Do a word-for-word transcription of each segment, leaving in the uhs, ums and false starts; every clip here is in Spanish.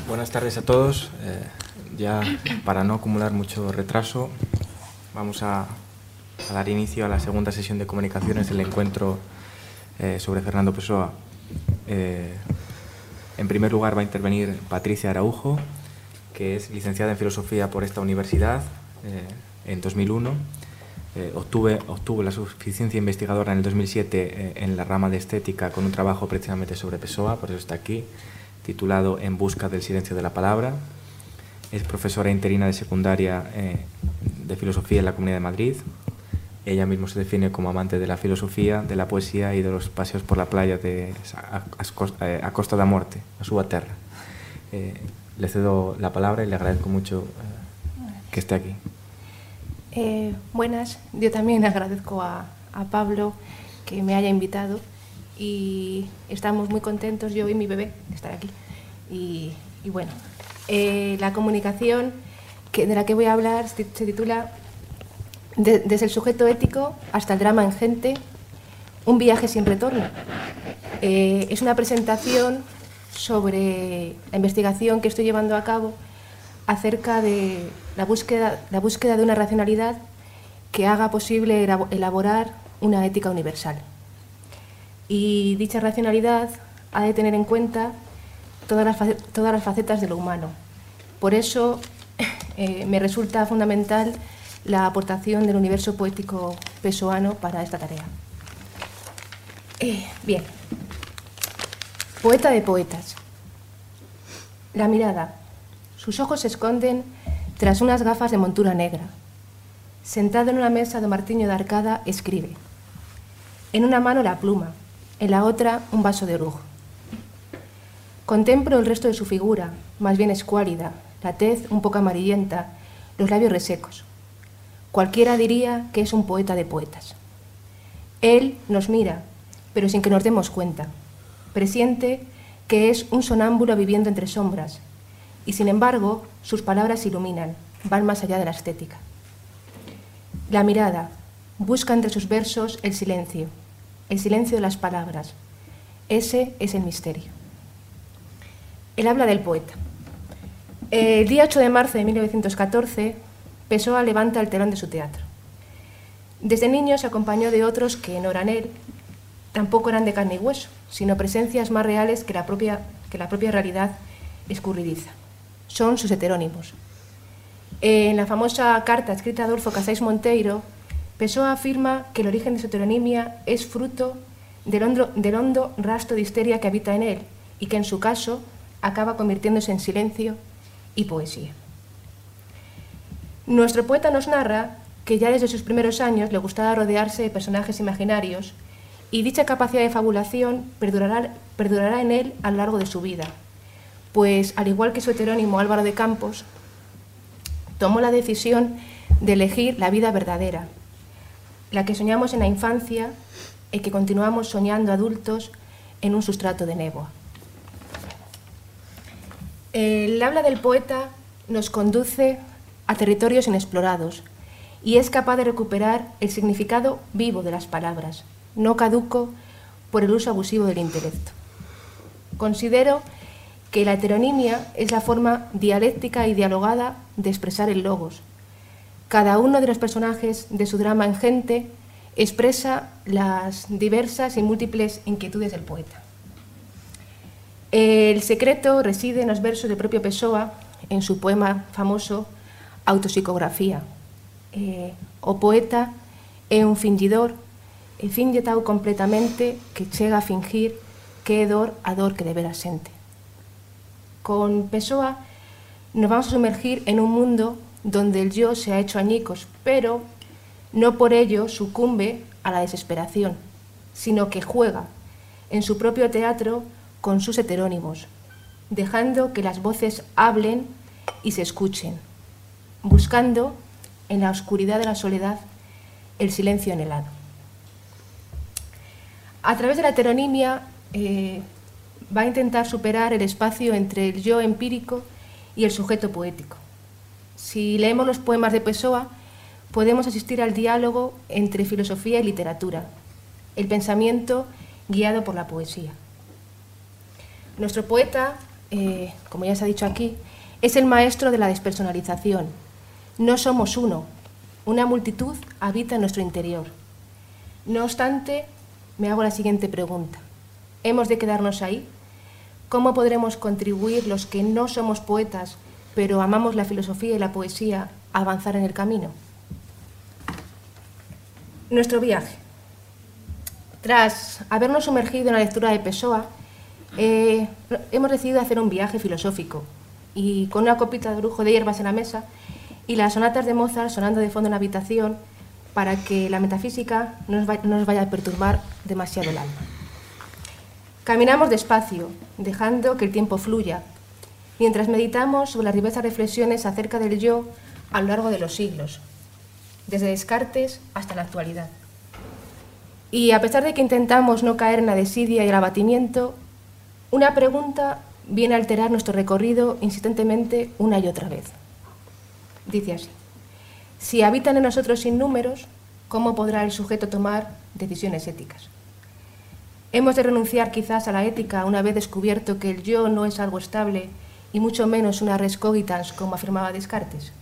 Buenas tardes a todos. Eh, ya para no acumular mucho retraso, vamos a, a dar inicio a la segunda sesión de comunicaciones del encuentro eh, sobre Fernando Pessoa. Eh, en primer lugar va a intervenir Patricia Araujo, que es licenciada en Filosofía por esta universidad eh, en dos mil uno. Eh, obtuve, obtuvo la suficiencia investigadora en el dos mil siete eh, en la rama de Estética con un trabajo precisamente sobre Pessoa, por eso está aquí, titulado En busca del silencio de la palabra. Es profesora interina de secundaria eh, de Filosofía en la Comunidad de Madrid. Ella misma se define como amante de la filosofía, de la poesía y de los paseos por la playa de a, a, a Costa da Morte, a su terra. Eh, le cedo la palabra y le agradezco mucho eh, que esté aquí. Eh, buenas, yo también agradezco a, a Pablo que me haya invitado y estamos muy contentos, yo y mi bebé, de estar aquí. Y, y bueno, eh, la comunicación que, de la que voy a hablar se titula de, Desde el sujeto ético hasta el drama en gente, un viaje sin retorno. Eh, es una presentación sobre la investigación que estoy llevando a cabo acerca de la búsqueda, la búsqueda de una racionalidad que haga posible elaborar una ética universal. Y dicha racionalidad ha de tener en cuenta todas las, todas las facetas de lo humano. Por eso eh, me resulta fundamental la aportación del universo poético pessoano para esta tarea. Eh, bien, poeta de poetas. La mirada. Sus ojos se esconden tras unas gafas de montura negra. Sentado en una mesa de Martiño de Arcada, escribe. En una mano la pluma, en la otra un vaso de orujo. Contemplo el resto de su figura, más bien escuálida, la tez un poco amarillenta, los labios resecos. Cualquiera diría que es un poeta de poetas. Él nos mira, pero sin que nos demos cuenta. Presiente que es un sonámbulo viviendo entre sombras, y sin embargo sus palabras iluminan, van más allá de la estética. La mirada busca entre sus versos el silencio, el silencio de las palabras. Ese es el misterio. Él habla del poeta. El día ocho de marzo de mil novecientos catorce, Pessoa levanta el telón de su teatro. Desde niño se acompañó de otros que no eran él, tampoco eran de carne y hueso, sino presencias más reales que la propia, que la propia realidad escurridiza. Son sus heterónimos. En la famosa carta escrita a Adolfo Casais Monteiro, Pessoa afirma que el origen de su heteronimia es fruto del hondo, del hondo rastro de histeria que habita en él y que en su caso acaba convirtiéndose en silencio y poesía. Nuestro poeta nos narra que ya desde sus primeros años le gustaba rodearse de personajes imaginarios y dicha capacidad de fabulación perdurará, perdurará en él a lo largo de su vida, pues al igual que su heterónimo Álvaro de Campos, tomó la decisión de elegir la vida verdadera, la que soñamos en la infancia y que continuamos soñando adultos en un sustrato de néboa. El habla del poeta nos conduce a territorios inexplorados y es capaz de recuperar el significado vivo de las palabras, no caduco por el uso abusivo del intelecto. Considero que la heteronimia es la forma dialéctica y dialogada de expresar el logos. Cada uno de los personajes de su drama en gente expresa las diversas y múltiples inquietudes del poeta. El secreto reside en los versos del propio Pessoa, en su poema famoso Autopsicografía. Eh, o poeta é un fingidor e finge tal completamente que chega a fingir que é dor a dor que de veras sente. Con Pessoa nos vamos a sumergir en un mundo donde el yo se ha hecho añicos, pero no por ello sucumbe a la desesperación, sino que juega en su propio teatro con sus heterónimos, dejando que las voces hablen y se escuchen, buscando en la oscuridad de la soledad el silencio anhelado. A través de la heteronimia eh, va a intentar superar el espacio entre el yo empírico y el sujeto poético. Si leemos los poemas de Pessoa, podemos asistir al diálogo entre filosofía y literatura, el pensamiento guiado por la poesía. Nuestro poeta eh, como ya se ha dicho aquí, es el maestro de la despersonalización. No somos uno, una multitud habita en nuestro interior. No obstante, me hago la siguiente pregunta. ¿Hemos de quedarnos ahí? ¿Cómo podremos contribuir los que no somos poetas, pero amamos la filosofía y la poesía, a avanzar en el camino? Nuestro viaje. Tras habernos sumergido en la lectura de Pessoa, eh, hemos decidido hacer un viaje filosófico, y con una copita de lujo de hierbas en la mesa y las sonatas de Mozart sonando de fondo en la habitación para que la metafísica no nos, vaya, no nos vaya a perturbar demasiado el alma. Caminamos despacio, dejando que el tiempo fluya, mientras meditamos sobre las diversas reflexiones acerca del yo a lo largo de los siglos, desde Descartes hasta la actualidad. Y a pesar de que intentamos no caer en la desidia y el abatimiento, una pregunta viene a alterar nuestro recorrido insistentemente una y otra vez. Dice así: si habitan en nosotros sin números, ¿cómo podrá el sujeto tomar decisiones éticas? Hemos de renunciar quizás a la ética una vez descubierto que el yo no es algo estable y mucho menos una res cogitans, como afirmaba Descartes.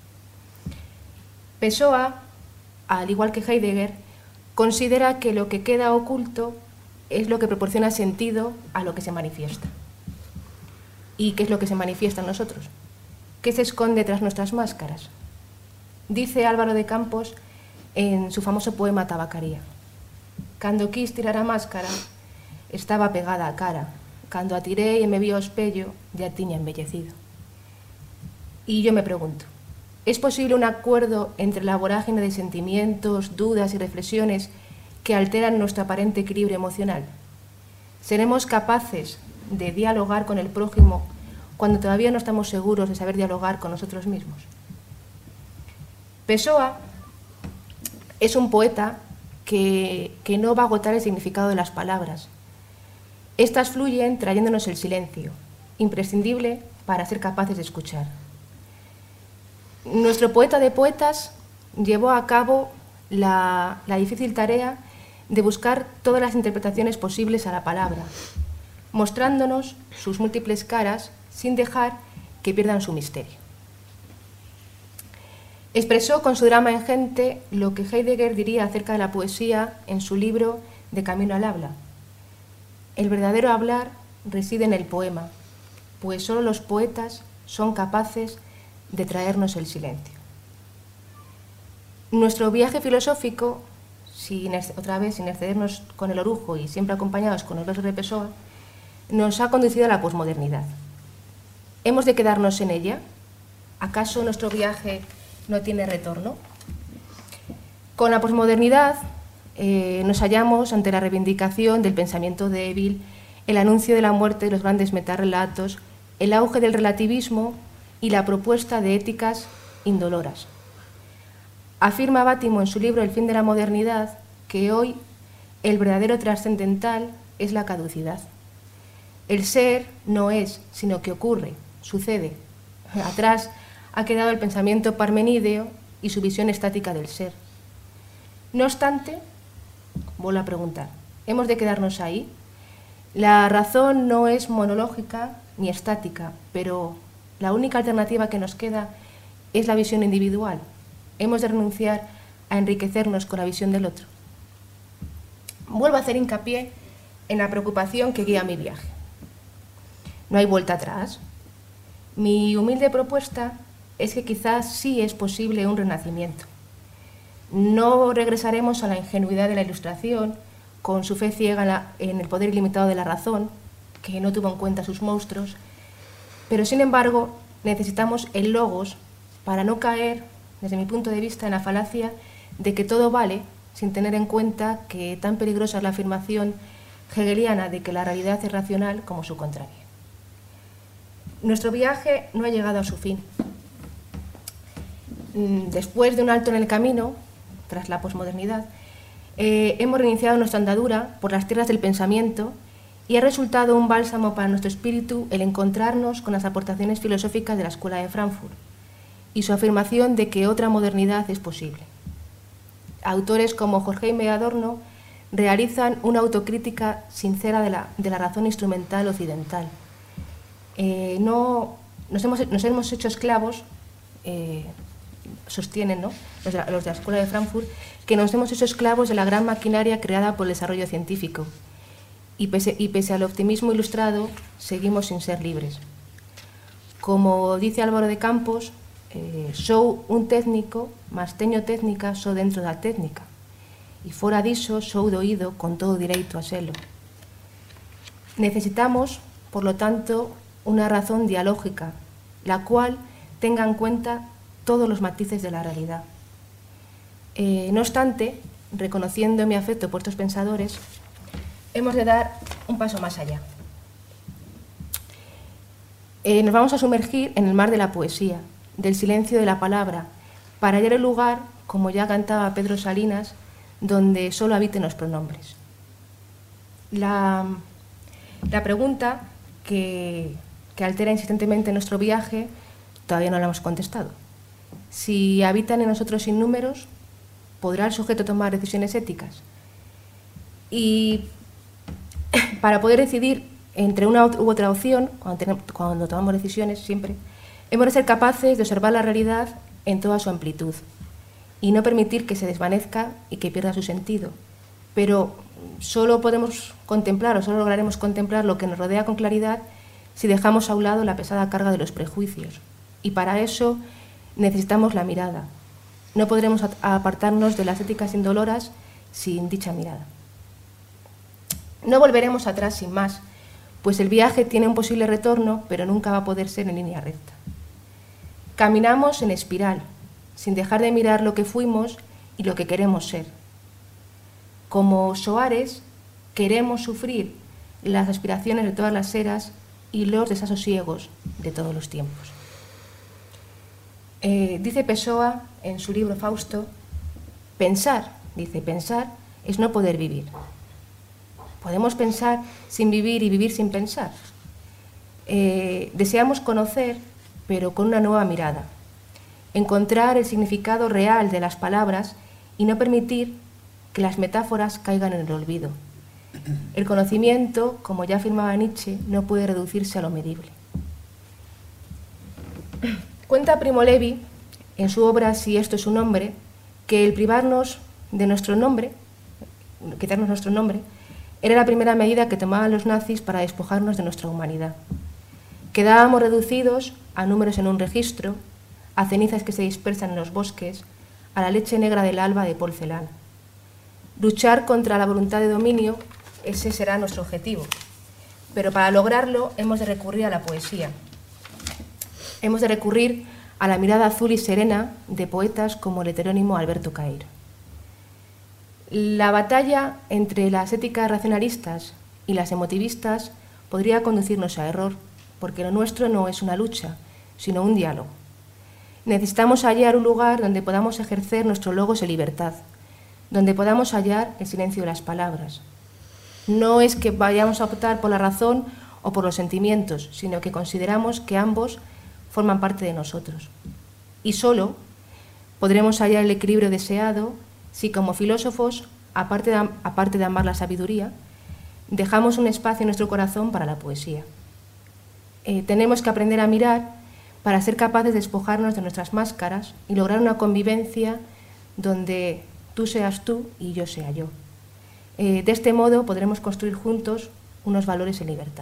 Pessoa, al igual que Heidegger, considera que lo que queda oculto es lo que proporciona sentido a lo que se manifiesta. ¿Y qué es lo que se manifiesta en nosotros? ¿Qué se esconde tras nuestras máscaras? Dice Álvaro de Campos en su famoso poema Tabacaría: cando quis tirar a máscara, estaba pegada a cara. Cando a tirei e me vi ao espello, ya tiña embellecido. Y yo me pregunto, ¿es posible un acuerdo entre la vorágine de sentimientos, dudas y reflexiones que alteran nuestro aparente equilibrio emocional? ¿Seremos capaces de dialogar con el prójimo cuando todavía no estamos seguros de saber dialogar con nosotros mismos? Pessoa es un poeta que, que no va a agotar el significado de las palabras. Estas fluyen trayéndonos el silencio, imprescindible para ser capaces de escuchar. Nuestro poeta de poetas llevó a cabo la, la difícil tarea de buscar todas las interpretaciones posibles a la palabra, mostrándonos sus múltiples caras sin dejar que pierdan su misterio. Expresó con su drama ingente lo que Heidegger diría acerca de la poesía en su libro De camino al habla. El verdadero hablar reside en el poema, pues solo los poetas son capaces de traernos el silencio. Nuestro viaje filosófico, sin, otra vez sin excedernos con el orujo y siempre acompañados con los versos de Pessoa, nos ha conducido a la posmodernidad. ¿Hemos de quedarnos en ella? ¿Acaso nuestro viaje no tiene retorno? Con la posmodernidad eh, nos hallamos ante la reivindicación del pensamiento débil, el anuncio de la muerte de los grandes metarrelatos, el auge del relativismo y la propuesta de éticas indoloras. Afirma Bátimo en su libro El fin de la modernidad que hoy el verdadero trascendental es la caducidad. El ser no es, sino que ocurre, sucede. Atrás ha quedado el pensamiento parmenídeo y su visión estática del ser. No obstante, vuelvo a preguntar, ¿hemos de quedarnos ahí? La razón no es monológica ni estática, pero la única alternativa que nos queda es la visión individual. Hemos de renunciar a enriquecernos con la visión del otro. Vuelvo a hacer hincapié en la preocupación que guía mi viaje. No hay vuelta atrás. Mi humilde propuesta es que quizás sí es posible un renacimiento. No regresaremos a la ingenuidad de la Ilustración, con su fe ciega en, la, en el poder ilimitado de la razón, que no tuvo en cuenta sus monstruos, pero sin embargo necesitamos el logos para no caer, desde mi punto de vista, en la falacia de que todo vale, sin tener en cuenta que tan peligrosa es la afirmación hegeliana de que la realidad es racional como su contraria. Nuestro viaje no ha llegado a su fin. Después de un alto en el camino, tras la posmodernidad, eh, hemos reiniciado nuestra andadura por las tierras del pensamiento y ha resultado un bálsamo para nuestro espíritu el encontrarnos con las aportaciones filosóficas de la Escuela de Frankfurt y su afirmación de que otra modernidad es posible. Autores como Horkheimer Adorno realizan una autocrítica sincera de la, de la razón instrumental occidental. Eh, no, nos, hemos, nos hemos hecho esclavos, eh, sostienen, ¿no?, los, de la, los de la Escuela de Frankfurt, que nos hemos hecho esclavos de la gran maquinaria creada por el desarrollo científico. Y pese, y pese al optimismo ilustrado, seguimos sin ser libres. Como dice Álvaro de Campos, eh, sou un técnico, mas teño técnica só dentro da técnica. E fora diso, sou do oído con todo direito a selo. Necesitamos, por lo tanto, una razón dialógica, la cual tenga en cuenta todos los matices de la realidad. Eh, no obstante, reconociendo mi afecto por estos pensadores, hemos de dar un paso más allá. Eh, nos vamos a sumergir en el mar de la poesía, del silencio de la palabra, para hallar el lugar, como ya cantaba Pedro Salinas, donde solo habiten los pronombres. La, la pregunta que, que altera insistentemente nuestro viaje todavía no la hemos contestado. Si habitan en nosotros sin números, ¿podrá el sujeto tomar decisiones éticas? Y para poder decidir entre una u otra opción, cuando, tenemos, cuando tomamos decisiones siempre, hemos de ser capaces de observar la realidad en toda su amplitud y no permitir que se desvanezca y que pierda su sentido. Pero solo podemos contemplar o solo lograremos contemplar lo que nos rodea con claridad si dejamos a un lado la pesada carga de los prejuicios. Y para eso necesitamos la mirada. No podremos apartarnos de las éticas indoloras sin dicha mirada. No volveremos atrás sin más, pues el viaje tiene un posible retorno, pero nunca va a poder ser en línea recta. Caminamos en espiral, sin dejar de mirar lo que fuimos y lo que queremos ser. Como Soares, queremos sufrir las aspiraciones de todas las eras y los desasosiegos de todos los tiempos. Eh, dice Pessoa en su libro Fausto, pensar, dice, pensar es no poder vivir. ¿Podemos pensar sin vivir y vivir sin pensar? Eh, deseamos conocer, pero con una nueva mirada. Encontrar el significado real de las palabras y no permitir que las metáforas caigan en el olvido. El conocimiento, como ya afirmaba Nietzsche, no puede reducirse a lo medible. Cuenta Primo Levi, en su obra Si esto es un nombre, que el privarnos de nuestro nombre, quitarnos nuestro nombre, era la primera medida que tomaban los nazis para despojarnos de nuestra humanidad. Quedábamos reducidos a números en un registro, a cenizas que se dispersan en los bosques, a la leche negra del alba de Paul Celan. Luchar contra la voluntad de dominio, ese será nuestro objetivo. Pero para lograrlo hemos de recurrir a la poesía. Hemos de recurrir a la mirada azul y serena de poetas como el heterónimo Alberto Caeiro. La batalla entre las éticas racionalistas y las emotivistas podría conducirnos a error, porque lo nuestro no es una lucha, sino un diálogo. Necesitamos hallar un lugar donde podamos ejercer nuestro logos en libertad, donde podamos hallar el silencio de las palabras. No es que vayamos a optar por la razón o por los sentimientos, sino que consideramos que ambos forman parte de nosotros. Y solo podremos hallar el equilibrio deseado si, como filósofos, aparte de, aparte de amar la sabiduría, dejamos un espacio en nuestro corazón para la poesía. Eh, tenemos que aprender a mirar para ser capaces de despojarnos de nuestras máscaras y lograr una convivencia donde tú seas tú y yo sea yo. Eh, de este modo podremos construir juntos unos valores en libertad.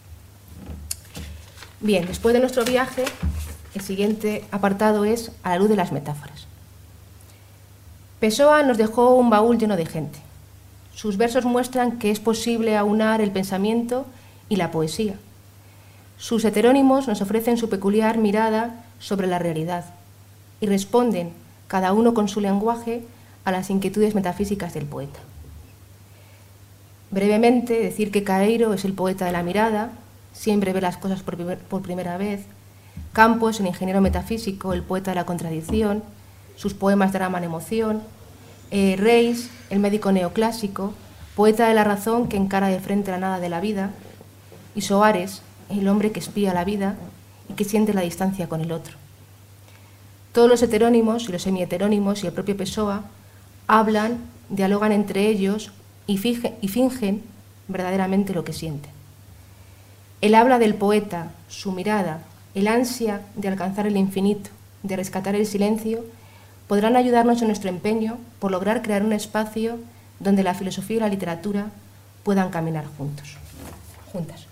Bien, después de nuestro viaje, el siguiente apartado es a la luz de las metáforas. Pessoa nos dejó un baúl lleno de gente. Sus versos muestran que es posible aunar el pensamiento y la poesía. Sus heterónimos nos ofrecen su peculiar mirada sobre la realidad y responden, cada uno con su lenguaje, a las inquietudes metafísicas del poeta. Brevemente, decir que Caeiro es el poeta de la mirada, siempre ve las cosas por, primer, por primera vez. Campos, el ingeniero metafísico, el poeta de la contradicción, sus poemas draman emoción. Eh, Reis, el médico neoclásico, poeta de la razón que encara de frente la nada de la vida. Y Soares, el hombre que espía la vida y que siente la distancia con el otro. Todos los heterónimos y los semiheterónimos y el propio Pessoa hablan, dialogan entre ellos y, fije, y fingen verdaderamente lo que sienten. El habla del poeta, su mirada, el ansia de alcanzar el infinito, de rescatar el silencio, podrán ayudarnos en nuestro empeño por lograr crear un espacio donde la filosofía y la literatura puedan caminar juntos, juntas.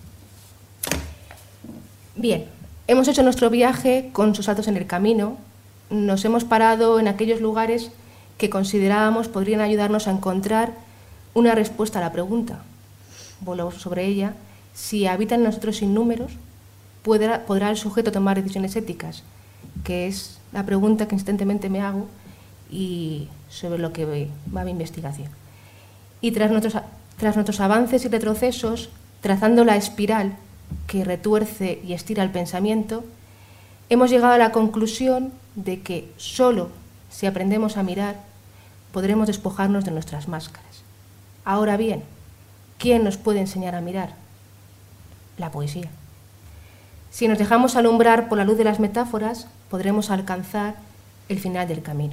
Bien, hemos hecho nuestro viaje con sus altos en el camino, nos hemos parado en aquellos lugares que considerábamos podrían ayudarnos a encontrar una respuesta a la pregunta, volvemos sobre ella, si habitan en nosotros sin números, ¿podrá, ¿podrá el sujeto tomar decisiones éticas? Que es la pregunta que insistentemente me hago y sobre lo que va mi investigación. Y tras nuestros, tras nuestros avances y retrocesos, trazando la espiral que retuerce y estira el pensamiento, hemos llegado a la conclusión de que solo si aprendemos a mirar podremos despojarnos de nuestras máscaras. Ahora bien, ¿quién nos puede enseñar a mirar? La poesía. Si nos dejamos alumbrar por la luz de las metáforas, podremos alcanzar el final del camino.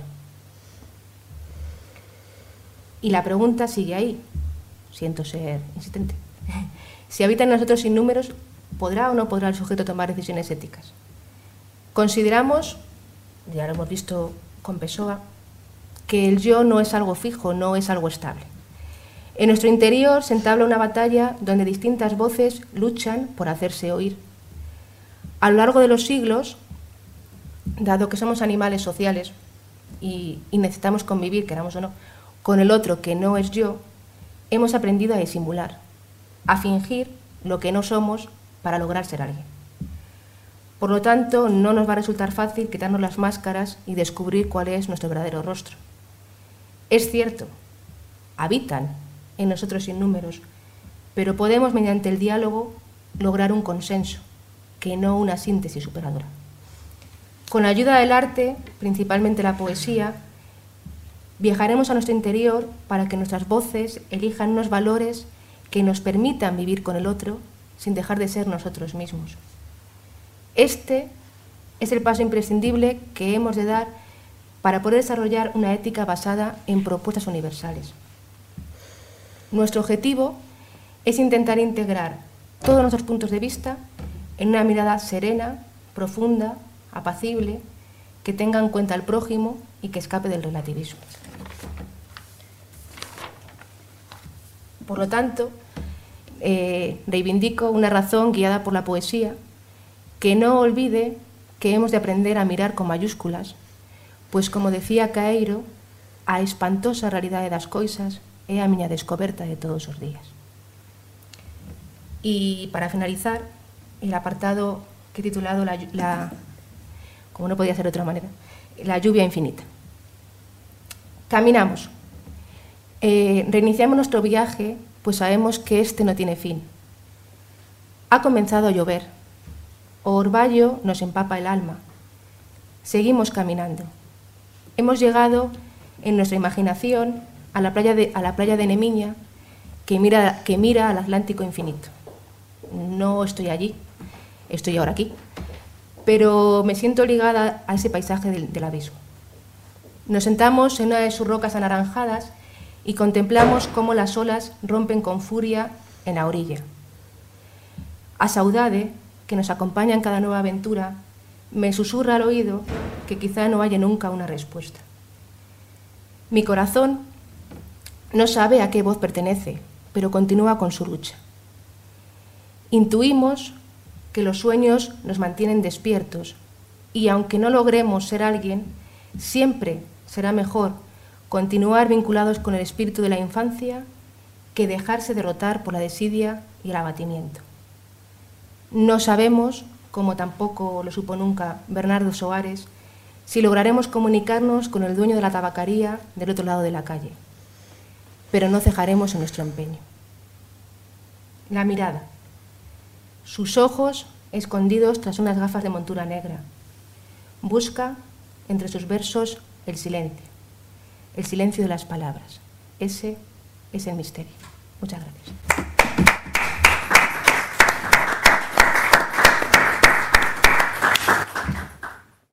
Y la pregunta sigue ahí, siento ser insistente. Si habita en nosotros sin números, ¿podrá o no podrá el sujeto tomar decisiones éticas? Consideramos, ya lo hemos visto con Pessoa, que el yo no es algo fijo, no es algo estable. En nuestro interior se entabla una batalla donde distintas voces luchan por hacerse oír. A lo largo de los siglos, dado que somos animales sociales y, y necesitamos convivir, queramos o no, con el otro que no es yo, hemos aprendido a disimular, a fingir lo que no somos para lograr ser alguien. Por lo tanto, no nos va a resultar fácil quitarnos las máscaras y descubrir cuál es nuestro verdadero rostro. Es cierto, habitan en nosotros sin números, pero podemos, mediante el diálogo, lograr un consenso, que no una síntesis superadora. Con la ayuda del arte, principalmente la poesía, viajaremos a nuestro interior para que nuestras voces elijan unos valores que nos permitan vivir con el otro sin dejar de ser nosotros mismos. Este es el paso imprescindible que hemos de dar para poder desarrollar una ética basada en propuestas universales. Nuestro objetivo es intentar integrar todos nuestros puntos de vista en una mirada serena, profunda, apacible, que tenga en cuenta al prójimo y que escape del relativismo. Por lo tanto, eh, reivindico una razón guiada por la poesía que no olvide que hemos de aprender a mirar con mayúsculas, pues, como decía Caeiro, a espantosa realidade das coisas é a miña descoberta de todos os días. Y para finalizar, el apartado que he titulado, la, la, como no podía ser de otra manera, la lluvia infinita. Caminamos. Eh, reiniciamos nuestro viaje, pues sabemos que este no tiene fin. Ha comenzado a llover. O orvallo nos empapa el alma. Seguimos caminando. Hemos llegado en nuestra imaginación a la playa de, a la playa de Nemiña, que mira, que mira al Atlántico infinito. No estoy allí, estoy ahora aquí, pero me siento ligada a ese paisaje del, del abismo. Nos sentamos en una de sus rocas anaranjadas y contemplamos cómo las olas rompen con furia en la orilla. A Saudade, que nos acompaña en cada nueva aventura, me susurra al oído que quizá no haya nunca una respuesta. Mi corazón no sabe a qué voz pertenece, pero continúa con su lucha. Intuimos que los sueños nos mantienen despiertos y, aunque no logremos ser alguien, siempre será mejor continuar vinculados con el espíritu de la infancia que dejarse derrotar por la desidia y el abatimiento. No sabemos, como tampoco lo supo nunca Bernardo Soares, si lograremos comunicarnos con el dueño de la tabacaría del otro lado de la calle, pero no cejaremos en nuestro empeño. La mirada. Sus ojos escondidos tras unas gafas de montura negra. Busca entre sus versos el silencio, el silencio de las palabras. Ese es el misterio. Muchas gracias.